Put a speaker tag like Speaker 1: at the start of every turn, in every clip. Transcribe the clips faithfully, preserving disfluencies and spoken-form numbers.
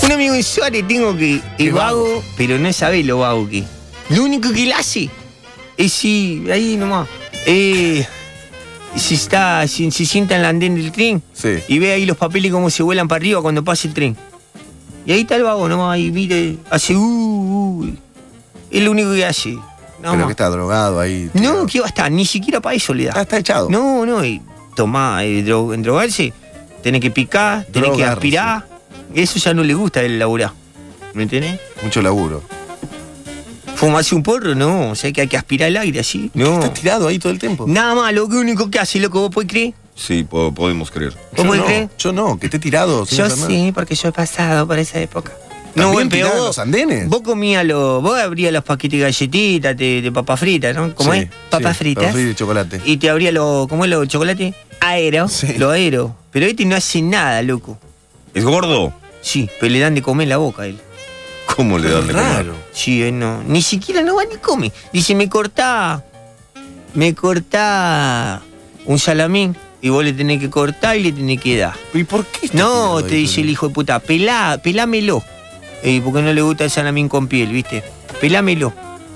Speaker 1: Un amigo en Suárez tengo que es vago, vago, pero no sabe lo vago que. Lo único que él hace es si, ahí nomás, eh, si está, si, se sienta en la andén del tren
Speaker 2: sí.
Speaker 1: y ve ahí los papeles como se vuelan para arriba cuando pasa el tren. Y ahí está el vago nomás, y mire, hace uh, uh, es lo único que hace. No,
Speaker 2: pero que está drogado ahí. Tío.
Speaker 1: No, ¿qué va a estar? Ni siquiera para eso le da.
Speaker 2: Ah, está echado.
Speaker 1: No, no, y tomá, eh, dro en drogarse, tenés que picar, tenés Drogarse. que aspirar. Eso ya no le gusta el laburar. ¿Me entendés?
Speaker 2: Mucho laburo.
Speaker 1: ¿Fumarse un porro? No, o sea que hay que aspirar el aire así. No.
Speaker 2: ¿Estás tirado ahí todo el tiempo?
Speaker 1: Nada más, lo único que hace, loco, ¿vos podés creer?
Speaker 3: Sí, po podemos creer.
Speaker 1: ¿Vos podés
Speaker 2: no,
Speaker 1: creer?
Speaker 2: Yo no, que esté tirado.
Speaker 1: Yo sí, porque yo he pasado por esa época.
Speaker 2: No, bueno, pero vos, los andenes.
Speaker 1: Vos comías los, vos abrías los paquetes de galletitas, de, de papas fritas, ¿no? ¿Cómo
Speaker 2: sí,
Speaker 1: es? Papas
Speaker 2: sí,
Speaker 1: fritas.
Speaker 2: Papas fritas y chocolate.
Speaker 1: Y te abría los, ¿cómo es los chocolate? Aero.
Speaker 2: Sí.
Speaker 1: Lo aero. Pero este no hace nada, loco.
Speaker 3: ¿Es gordo?
Speaker 1: Sí, pero le dan de comer en la boca a él.
Speaker 3: ¿Cómo le dan de comer?
Speaker 1: Sí, él no. Ni siquiera no va ni come. Dice, me cortá. Me cortá un salamín. Y vos le tenés que cortar y le tenés que dar.
Speaker 2: ¿Y por qué?
Speaker 1: No, te dice el hijo de puta, pelá, pelámelo. Eh, porque no le gusta el salamín con piel, ¿viste? Pelámelo.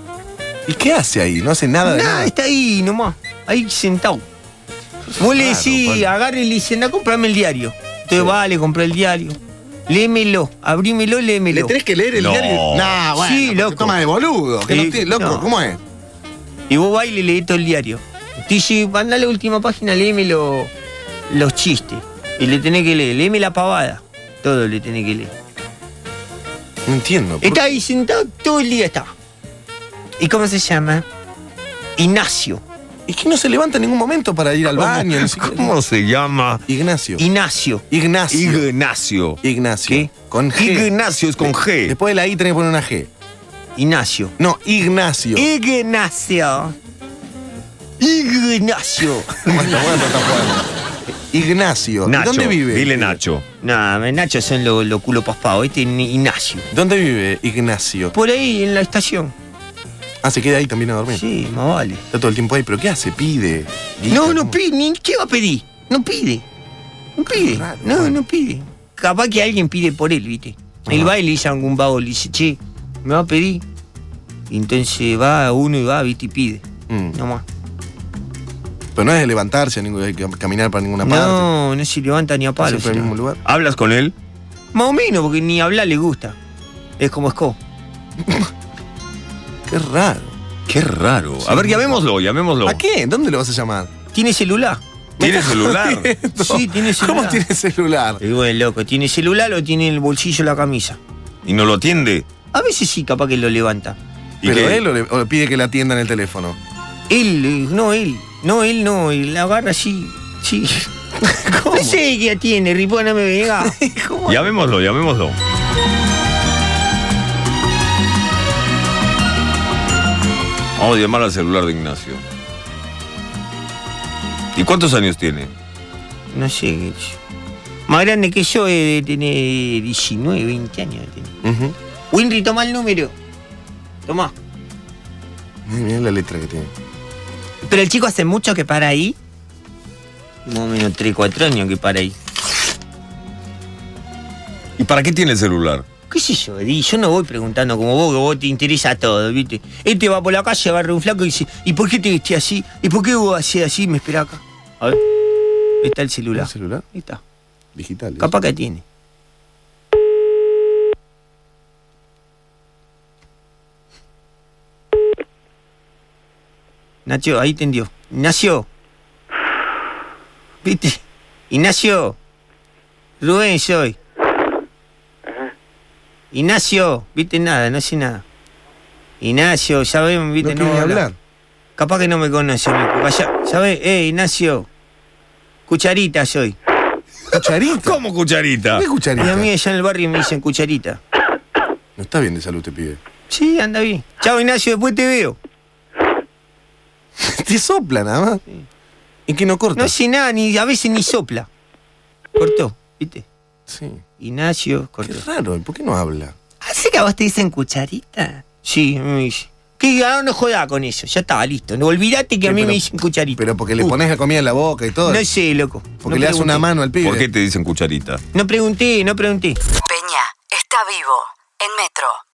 Speaker 2: ¿Y qué hace ahí? No hace nada de
Speaker 1: nada.
Speaker 2: nada.
Speaker 1: Está ahí nomás, ahí sentado. Vos le decís, agarre y le dicen, anda, comprame el diario. Entonces sí. va, le compré el diario. Léemelo, abrímelo, léemelo.
Speaker 2: ¿Le tenés que leer el
Speaker 3: no.
Speaker 2: diario? Nah, bueno,
Speaker 1: sí, loco.
Speaker 2: Toma de boludo. Que
Speaker 1: sí,
Speaker 2: no tiene, loco,
Speaker 1: no.
Speaker 2: ¿cómo es?
Speaker 1: Y vos vas y le lees todo el diario. Te dice, anda a la última página, léeme lo, los chistes. Y le tenés que leer, léeme la pavada. Todo le tenés que leer.
Speaker 2: No entiendo.
Speaker 1: Está ahí sentado todo el día, está. ¿Y cómo se llama? Ignacio.
Speaker 2: Es que no se levanta en ningún momento para ir al
Speaker 3: ¿Cómo,
Speaker 2: baño. No sé
Speaker 3: ¿Cómo qué? se llama?
Speaker 2: Ignacio.
Speaker 1: Ignacio.
Speaker 2: Ignacio.
Speaker 3: Ignacio.
Speaker 2: Ignacio.
Speaker 3: ¿Qué?
Speaker 2: Con G.
Speaker 3: Ignacio es con G.
Speaker 2: Después de la I tenés que poner una G.
Speaker 1: Ignacio.
Speaker 2: No, Ignacio.
Speaker 1: Ignacio. Ignacio.
Speaker 2: Bueno, bueno, está jugando. Ignacio.
Speaker 3: Nacho,
Speaker 2: ¿Dónde vive?
Speaker 3: Dile Nacho.
Speaker 1: No, Nacho son los lo culo paspados. Este es Ignacio.
Speaker 2: ¿Dónde vive Ignacio?
Speaker 1: Por ahí, en la estación.
Speaker 2: Ah, ¿se queda ahí también a dormir?
Speaker 1: Sí, más vale.
Speaker 2: Está todo el tiempo ahí, ¿pero qué hace? ¿Pide?
Speaker 1: Guita, no, no ¿cómo? pide. Ni, ¿qué va a pedir? No pide. No pide. Raro, no, bueno. no pide. Capaz que alguien pide por él, ¿viste? Ajá. Él va y le dice a algún vago, le dice, che, me va a pedir. Y entonces va uno y va, ¿viste? Y pide. Mm. Nomás.
Speaker 2: Pero no es de levantarse, hay que caminar para ninguna parte.
Speaker 1: No, no se levanta ni a palo.
Speaker 2: ¿Siempre al mismo lugar?
Speaker 3: ¿Hablas con él?
Speaker 1: Más o menos, porque ni hablar le gusta. Es como Esco.
Speaker 2: Qué raro.
Speaker 3: Qué raro.
Speaker 2: Sí,
Speaker 3: a ver, llamémoslo, llamémoslo.
Speaker 2: ¿A qué? ¿Dónde lo vas a llamar?
Speaker 1: Tiene celular.
Speaker 3: ¿Tiene celular?
Speaker 1: Sí, tiene celular.
Speaker 2: ¿Cómo tiene celular?
Speaker 1: Y bueno, loco, ¿tiene celular o tiene en el bolsillo la camisa?
Speaker 3: ¿Y no lo atiende?
Speaker 1: A veces sí, capaz que lo levanta.
Speaker 2: ¿Pero
Speaker 3: qué?
Speaker 2: él o le, o le pide que le atiendan el teléfono?
Speaker 1: Él, no, él. No, él no, él la agarra así, sí.
Speaker 2: ¿Cómo?
Speaker 1: No sé qué tiene, Ripón, no me venga.
Speaker 3: Llamémoslo, llamémoslo. Vamos a llamar al celular de Ignacio. ¿Y cuántos años tiene?
Speaker 1: No sé. Más grande que yo, eh, tiene diecinueve, veinte años. Uh-huh. Winry, toma el número. Toma.
Speaker 2: Mirá la letra que tiene.
Speaker 1: Pero el chico hace mucho que para ahí. Más o menos tres, cuatro años que para ahí.
Speaker 3: ¿Y para qué tiene el celular?
Speaker 1: ¿Qué sé yo, Eddie? Yo no voy preguntando como vos, que vos te interesa todo, ¿viste? Este va por la calle, agarra un flaco y dice, ¿y por qué te vestís así? ¿Y por qué vos hacés así? Me espera acá. A ver. Ahí está el celular.
Speaker 2: ¿El celular?
Speaker 1: Ahí está.
Speaker 2: Digital.
Speaker 1: Capaz que tiene. Nacho, ahí tendió. Ignacio. ¿Viste? Ignacio. Rubén soy. Ignacio. ¿Viste nada? No sé nada. Ignacio, ya ven, ¿viste?
Speaker 2: No, no quiere hablar.
Speaker 1: Capaz que no me conoce. ¿Sabes? Eh, Ignacio. Cucharita soy.
Speaker 2: ¿Cucharita?
Speaker 3: ¿Cómo cucharita?
Speaker 2: ¿Qué cucharita?
Speaker 1: Y a mí allá en el barrio me dicen cucharita.
Speaker 2: No está bien de salud, te pide.
Speaker 1: Sí, anda bien. Chao, Ignacio, después te veo.
Speaker 2: Te sopla nada más. Sí. ¿Y que no corta?
Speaker 1: No hace nada, ni a veces ni sopla. Cortó, ¿viste?
Speaker 2: Sí.
Speaker 1: Ignacio, cortó.
Speaker 2: Qué raro, ¿por qué no habla?
Speaker 1: ¿Así que a vos te dicen cucharita? Sí, me dice. Que ahora no jodá con eso, ya estaba listo. No olvidate que sí, a mí
Speaker 2: pero,
Speaker 1: me dicen cucharita.
Speaker 2: Pero porque le uh. pones la comida en la boca y todo.
Speaker 1: No sé, loco.
Speaker 2: Porque
Speaker 1: no
Speaker 2: le das una mano al pibe.
Speaker 3: ¿Por qué te dicen cucharita?
Speaker 1: No pregunté, no pregunté.
Speaker 4: Peña, está Vivo, en Metro.